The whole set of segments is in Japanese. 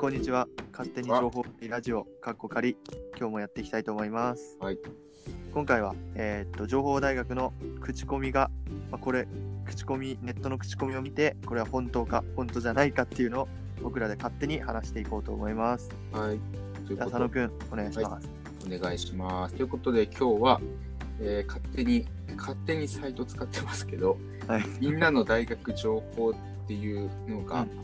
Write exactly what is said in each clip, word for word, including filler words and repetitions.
こんにちは。勝手に情報ラジオかっこ仮、今日もやっていきたいと思います。 はい。 今回は、えーっと情報大学の口コミが、まあ、これ口コミネットの口コミを見て、これは本当か本当じゃないかっていうのを僕らで勝手に話していこうと思います。 はい。というじゃあ佐野くんお願いします。 はい、お願いします。ということで今日は、えー、勝手に勝手にサイト使ってますけど、はい、みんなの大学情報っていうのがあって、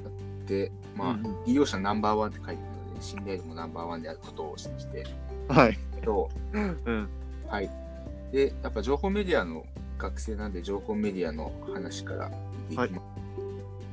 うん、まあ、うんうん、利用者ナンバーワンって書いてあるので、信頼度もナンバーワンであることを信じて、 はい。 と、うん、はい。で、やっぱ情報メディアの学生なんで情報メディアの話から見ていきます。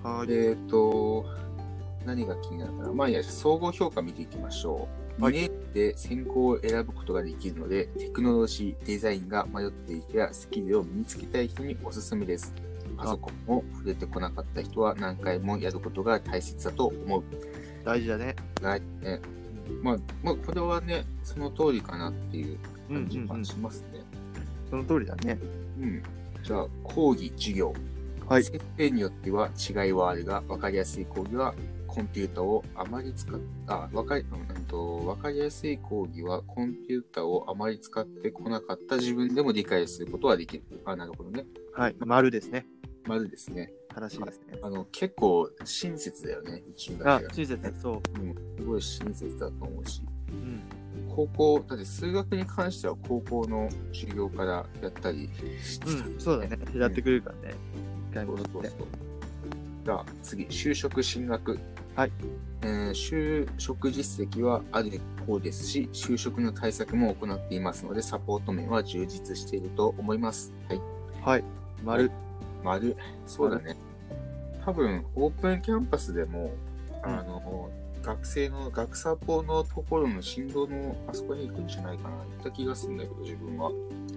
はい。えっ、ー、と何が気になるかな。まあいや、総合評価見ていきましょう。にねんで専攻を選ぶことができるので、テクノロジー、デザインが迷っている人やスキルを身につけたい人におすすめです。パソコンを触れてこなかった人は何回もやることが大切だと思う。 大事だね。 はいね。まあ、まあ、これはね、その通りかなっていう感じがしますね。 うんうんうん、その通りだね。 うん。じゃあ、講義、授業。はい。設定によっては違いはあるが、分かりやすい講義はコンピュータをあまり使っあ分かり、うんと、分かりやすい講義はコンピュータをあまり使ってこなかった自分でも理解することはできる。あ、なるほどね。 はい。丸ですね。 丸ですね。 正しいですね。 あの結構親切だよね。 一応あ、親切、そう。 うん。すごい親切だと思うし。うん。高校、だって数学に関しては高校の授業からやったりしてた、ね。 うん、そうだね。やってくれるからね。一回戻って。そうそうそう。 じゃあ次、就職進学。 はい。 えー、就職実績はある方ですし、就職の対策も行っていますので、サポート面は充実していると思います。はい。 はい。丸。はい、 丸。そうだね。多分、オープンキャンパスでも、あの、うん、学生の学サポのところの振動のあそこに行くんじゃないかな。行った気がするんだけど、自分は。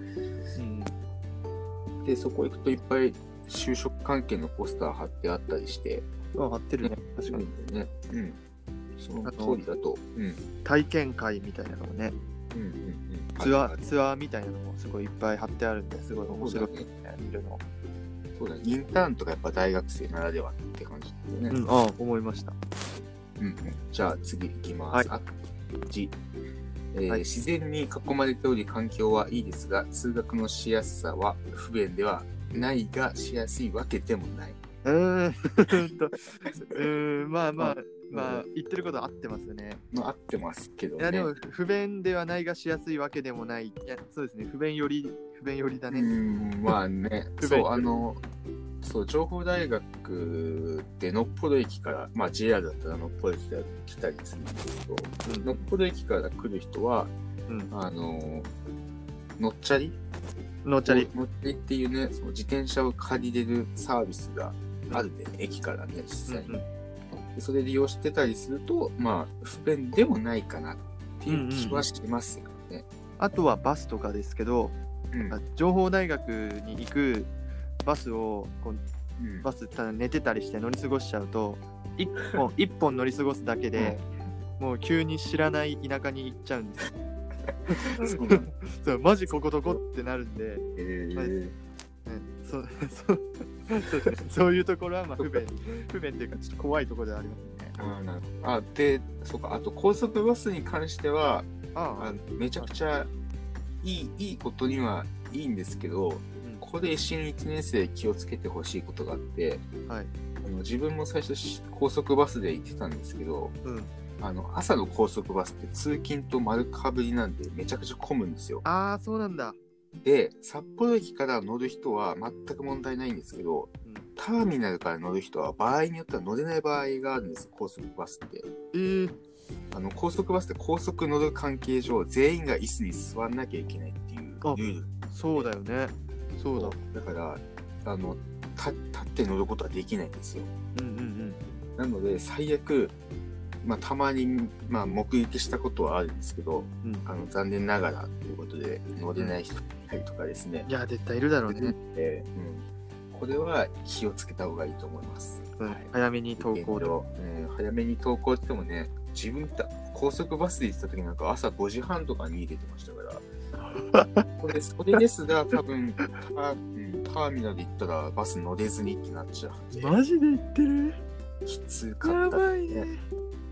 うん、で、そこ行くといっぱい就職関係のポスター貼ってあったりして。 あ、貼ってるね。 確かにね。うん。その通りだと。うん。 体験会みたいなのもね。うんうんうん。ツアー、ツアーみたいなのもすごいいっぱい貼ってあるんで、すごい面白いね。見るの。 そうだね。インターンとかやっぱ大学生ならではって感じだよね。 うん、ああ、思いました。 うんうん。じゃあ次行きます。はい。じ、えーはい、自然に囲まれており環境はいいですが、通学のしやすさは不便ではないがしやすいわけでもない。 うーんとうーんまあまあまあ言ってることは合ってますよね。 まあ合ってますけどね。 いやでも不便ではないがしやすいわけでもない。いやそうですね。不便より不便よりだね。 うーんまあね。そうあのそう情報大学ってのっぽど駅からまあ ジェイアール だったらのっぽど駅から来たりするんですけど、うん、のっぽど駅から来る人は、うん、あののっちゃりのっちゃりのっちゃりっていうねその自転車を借りれるサービスがあるんで、ね、駅からね実際に、うんうん、でそれで利用してたりするとまあ不便でもないかなっていう気はしますよね、うんうん、 あとはバスとかですけど、うん、情報大学に行くバスをこう、うん、バスただ寝てたりして乗り過ごしちゃうと一本一本乗り過ごすだけで、うん、もう急に知らない田舎に行っちゃうんですよそうそうマジここどこってなるんで、えーまあうん、そうそうそうそういうところはまあ不便不便っていうかちょっと怖いところではありますね。 あなるほど。あでそうかあと高速バスに関してはああめちゃくちゃいいいいことにはいいんですけど、うん、ここで新いちねん生気をつけてほしいことがあって、はい、あの自分も最初高速バスで行ってたんですけど、うん、あの朝の高速バスって通勤と丸かぶりなんでめちゃくちゃ混むんですよ。 ああそうなんだ。 で札幌駅から乗る人は全く問題ないんですけど、うん、ターミナルから乗る人は場合によっては乗れない場合があるんです高速バスって。えー、あの高速バスって高速乗る関係上全員が椅子に座らなきゃいけないっていうルール。 そうだよね。そうだ。 だからあの立って乗ることはできないんですよ。うんうんうん。なので最悪まあ、たまに、まあ、目撃したことはあるんですけど、うん、あの残念ながらということで乗れない人がいたりとかですね。 いや絶対いるだろうね。 えーうん、これは気をつけた方がいいと思います。 うんはい、早めに投稿で、 えー、早めに投稿ってもね、自分た高速バスで行った時なんか朝ごじはんとかに出てましたから。これそれですが多分ター、うん、ターミナルで行ったらバス乗れずにってなっちゃう。 マジで言ってる？ きつかった、ね。 やばいね。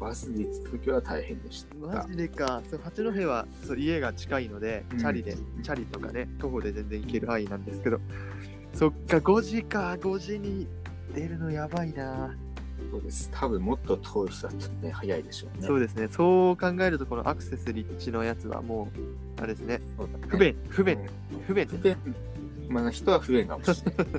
バスで行った時は大変でした。 マジでか。そう八戸はそう家が近いので、チャリで、うん、チャリとかね、徒歩で全然行ける範囲なんですけど、そっか、ごじか、ごじに出るのやばいな。 そうです。多分もっと遠い人だとね、早いでしょうね。 そうですね。そう考えると、このアクセス立地のやつはもう、あれですね。ね不便、不便、うん、不便。 不便。まあ、人は不便かもしれない、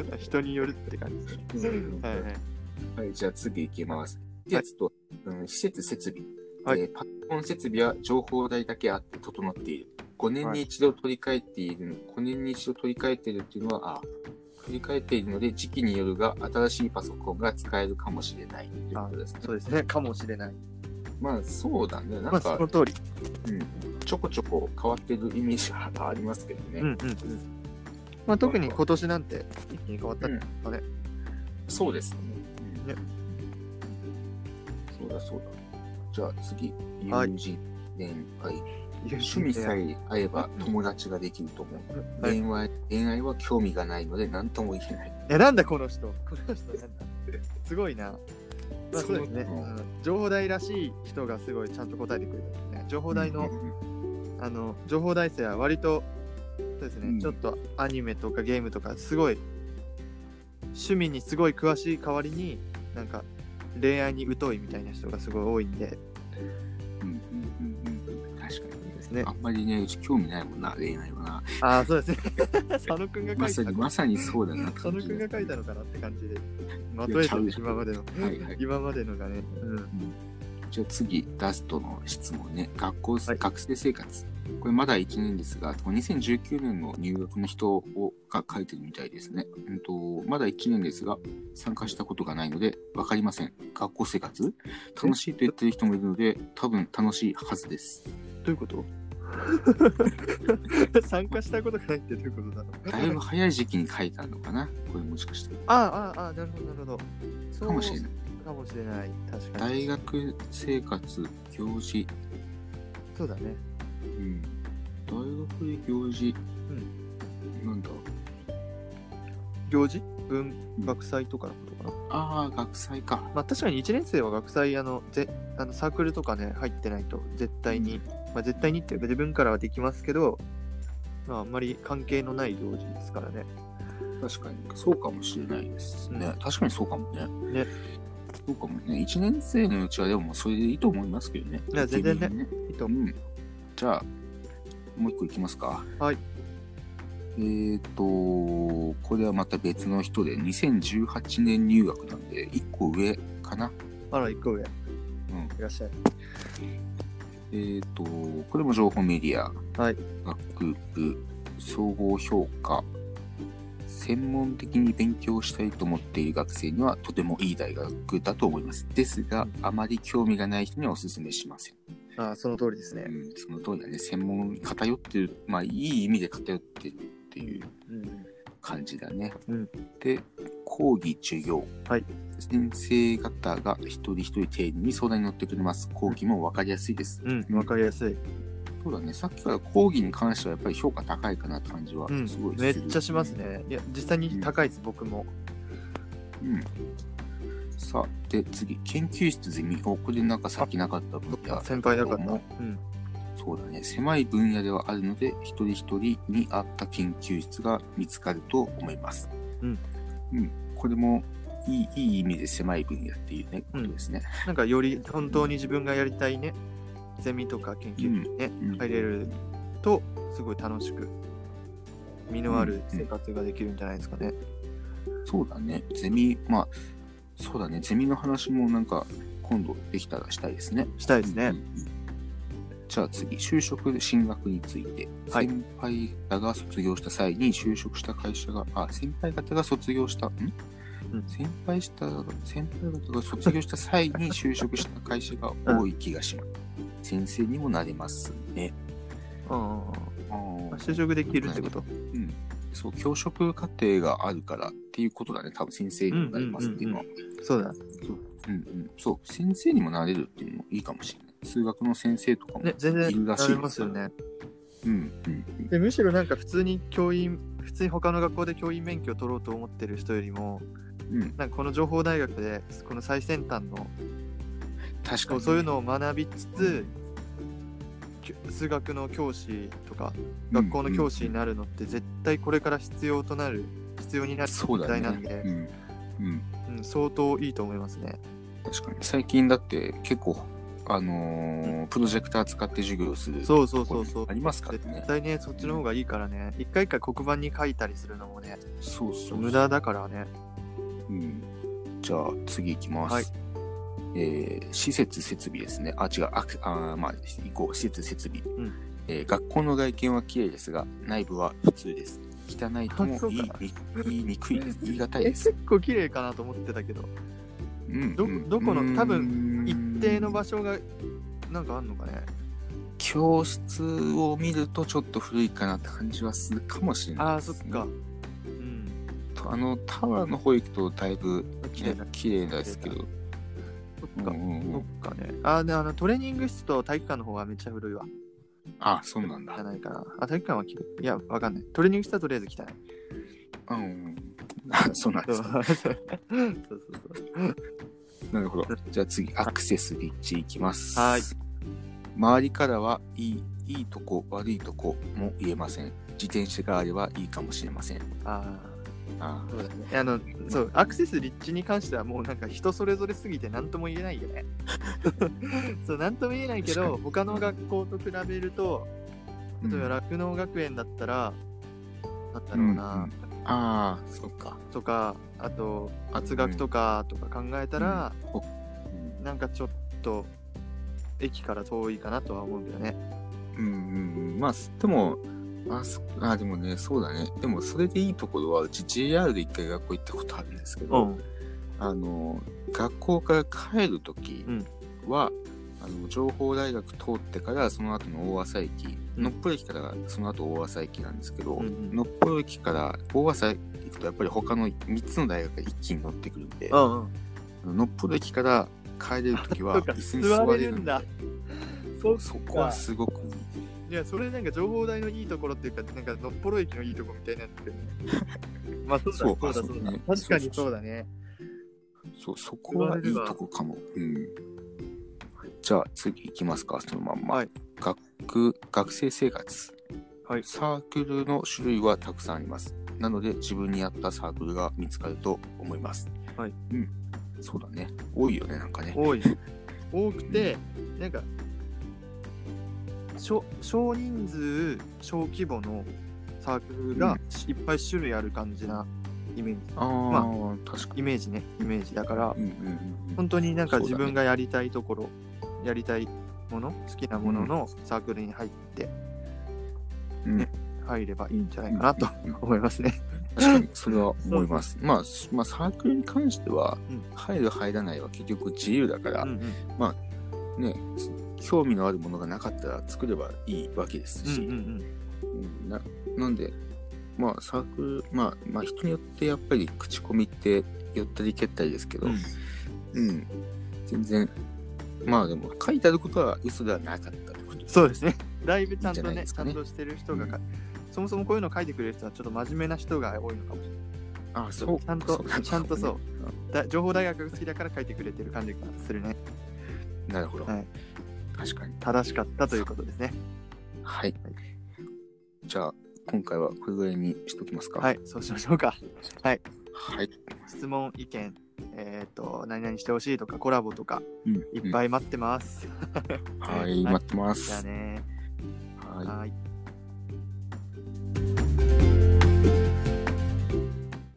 ね。人によるって感じですね。はいはい。 はい、じゃあ次行きます。施設と、はいうん、施設設備、はいえー。パソコン設備は情報代だけあって整っている。ごねんに一度取り替えている、はい、ごねんに一度取り替えているっていうのは、あ取り替えているので、時期によるが新しいパソコンが使えるかもしれないということですね。 そうですね、かもしれない。 まあそうだね。なんか、 まあ、その通り、 うん。ちょこちょこ変わってるイメージがありますけどね。うんうんうんまあ、特に今年なんて一気に変わったんですかね、うん。 そうですね。ねそうだそうだ。じゃあ次、友人、恋愛。趣味さえ合えば友達ができると思う。はい、恋愛、恋愛は興味がないので何とも言えない。 え、なんだこの人。この人なんだ。すごいな。まあそうですね、うん。情報大らしい人がすごいちゃんと答えてくれるんですね。情報大の、うん、あの、情報大生は割と、そうですね、うん、ちょっとアニメとかゲームとかすごい、趣味にすごい詳しい代わりに、なんか恋愛に疎いみたいな人がすごい多いんで。 うんうんうんうん。確かに。ね、あんまりね、うち興味ないもんな、恋愛はな。 ああ、そうですね。佐野くんが書いた。 まさに、まさにそうだな。 佐野くんが書いたのかなって感じで。まとえてる今までの。はいはい、今までのがね。うん。うん、 じゃあ次、ラストの質問ね。学校、はい、学生生活。これまだいちねんですが、にせんじゅうきゅうねんの入学の人をが書いてるみたいですね。うんと、まだいちねんですが、参加したことがないので、わかりません。学校生活楽しいと言ってる人もいるので、多分楽しいはずです。 どういうこと参加したことがないってどういうことだろう。 だいぶ早い時期に書いたのかな、これもしかしたら。 ああ、ああ、なるほど、なるほど。かもしれない。 かもしれない。確かに。大学生活、行事。 そうだね。 うん。大学で行事。うん。なんだ行事文学祭とかのことかな。 ああ、学祭か。 まあ確かにいちねん生は学祭、あの、ぜあのサークルとかね、入ってないと絶対に、うん、まあ絶対にっていうか自分からはできますけど、まああんまり関係のない行事ですからね。 確かに、そうかもしれないですね。うん、確かにそうかもね。ね。そうかもね。いちねん生のうちはでもそれでいいと思いますけどね。 いや、全然ね。ねいいと思う。うん。 じゃあ、もう一個いきますか。 はい。 えーと、これはまた別の人で、にせんじゅうはちねん入学なんで、いっこ上かな。 あら、いっこ上。うん。いらっしゃい。 えーと、これも情報メディア、 はい、 学部、総合評価、専門的に勉強したいと思っている学生にはとてもいい大学だと思います。ですが、あまり興味がない人にはお勧めしません。 ああ、その通りですね。 うん、その通りだね。専門に偏ってる、まあいい意味で偏ってるっていう感じだね。 うん、 で、講義授業、 はい、 先生方が一人一人丁寧に相談に乗ってくれます。講義も分かりやすいです。 うん、分かりやすい。 そうだね。さっきから講義に関してはやっぱり評価高いかなって感じはすごいする、 うん、めっちゃしますね。いや、実際に高いです、うん、僕も。 うん。さあ、で、次、研究室ゼミ。お、これなんかさっきなかった分野。 先輩だからな。うん。 そうだね。狭い分野ではあるので、一人一人に合った研究室が見つかると思います。 うん。 うん。これもいい、いい意味で狭い分野っていうね、ことですね。 うん、なんかより本当に自分がやりたいね、ゼミとか研究にね、うん、入れると、すごい楽しく、身のある生活ができるんじゃないですかね。 うんうん、そうだね。ゼミ、まあ、そうだね。ゼミの話もなんか、今度できたらしたいですね。 したいですね。 うんうん、じゃあ次、就職進学について。はい、先輩方が卒業した際に就職した会社が、あ、先輩方が卒業した、ん、うん、先輩した、先輩方が卒業した際に就職した会社が多い気がします。先生にもなれますね。 ああ。就職できるってこと？ うん。そう、教職課程があるからっていうことだね。多分先生にもなれますっていうのは。 うんうんうんうん、そうだ。 そう、うんうん。そう、先生にもなれるっていうのもいいかもしれない。数学の先生とかもいるらしいです、ね、全然なれますよね。 うんうん。 で、むしろなんか普通に教員、普通に他の学校で教員免許を取ろうと思ってる人よりも、うん、なんかこの情報大学でこの最先端の確かに、ね、 そういうのを学びつつ、うん、数学の教師とか学校の教師になるのって絶対これから必要となる、必要になる時代なんで、うんうんうん、相当いいと思いますね。 確かに最近だって結構あのーうん、プロジェクター使って授業をするそうそうそうそうありますからね。 絶対ねそっちの方がいいからね、一回一回黒板に書いたりするのもね、 そうそうそう無駄だからね。 うん。じゃあ次いきます。はい、えー、施設設備ですね。あ違うああまあ以降施設設備、うんえー。学校の外見は綺麗ですが内部は普通です。汚いとも言い言いにくいです。言い難いです。 結構綺麗かなと思ってたけど。うん、ど, どこの多分一定の場所がなんかあんのかね。 教室を見るとちょっと古いかなって感じはするかもしれないですね。 ああそっか。うん。 あのタワーの方行くとだいぶ綺麗な綺麗ですけど。 そっか。うんうんうん、そっかね。あであのトレーニング室と体育館の方がめっちゃ古いわ。 あそうなんだ。 じゃないかな。あ体育館は綺麗。いやわかんない。トレーニング室はとりあえず汚い。 うん。そうなんですか。そうそうそうなるほど。じゃあ次、アクセス立地いきます。はい。周りからはいい、いいとこ、悪いとこも言えません。自転車があればいいかもしれません。ああ。そうだね。あの、そう、アクセス立地に関してはもうなんか人それぞれすぎて何とも言えないよね。そう、何とも言えないけど、他の学校と比べると、例えば酪農学園だったら、なんだろうな。うんうんああ、そっか。 とか、あと、圧学とかとか考えたら、うん、なんかちょっと、駅から遠いかなとは思うけどね。 うんうんうん。まあ、でも、あ、そあでもね、そうだね。でも、それでいいところは、うち ジェイアール で一回学校行ったことあるんですけど、うん、あの、学校から帰るときは、うんあの情報大学通ってからその後の大朝駅、うん、のっぽろ駅からその後大朝駅なんですけど、うんうん、のっぽろ駅から大朝駅行くとやっぱり他のみっつの大学が一気に乗ってくるんで、うんうん、のっぽろ駅から帰れるときは椅子に座れるんでそ, そこはすごくいい。 いやそれなんか情報大のいいところっていうかなんかのっぽろ駅のいいところみたいになってるね。まあそうだそうだそうだ、ね、確かにそうだね。 そうそこはいいとこかも。うんじゃあ次行きますか、そのまんま。はい、学, 学生生活、はい。サークルの種類はたくさんあります。なので自分に合ったサークルが見つかると思います。はい。うん。そうだね。多いよね、なんかね。 多い。多くて、うん、なんか少、少人数、小規模のサークルがいっぱい種類ある感じなイメージ。うん、あまあ、確かに。イメージね、イメージだから、うんうんうん、本当になんか自分がやりたいところ、やりたいもの好きなもののサークルに入って、うんね、入ればいいんじゃないかなと思いますね。 確かにそれは思います。まあ、まあサークルに関しては、うん、入る入らないは結局自由だから、うんうん、まあね興味のあるものがなかったら作ればいいわけですし、うんうんうん、な, なんでまあサークルまあまあ人によってやっぱり口コミって寄ったり蹴ったりですけど、うん、うん、全然まあでも書いてあることは嘘ではなかったってことそうですね。だいぶちゃんとね、いいねちゃんとしてる人が、うん、そもそもこういうの書いてくれる人はちょっと真面目な人が多いのかもしれない。 ああ、そう。 ちゃんと、そうちゃんとそう、うん、だ。情報大学が好きだから書いてくれてる感じがするね。 なるほど。はい、確かに。 正しかったということですね。 はい。はい、じゃあ、今回はこれぐらいにしときますか。 はい、そうしましょうか。はい。 はい。 質問、意見、えっ、ー、と、何々してほしいとか、コラボとか、うん、いっぱい待ってます。 うん、はい、待ってます。 じゃあね。 はい。はい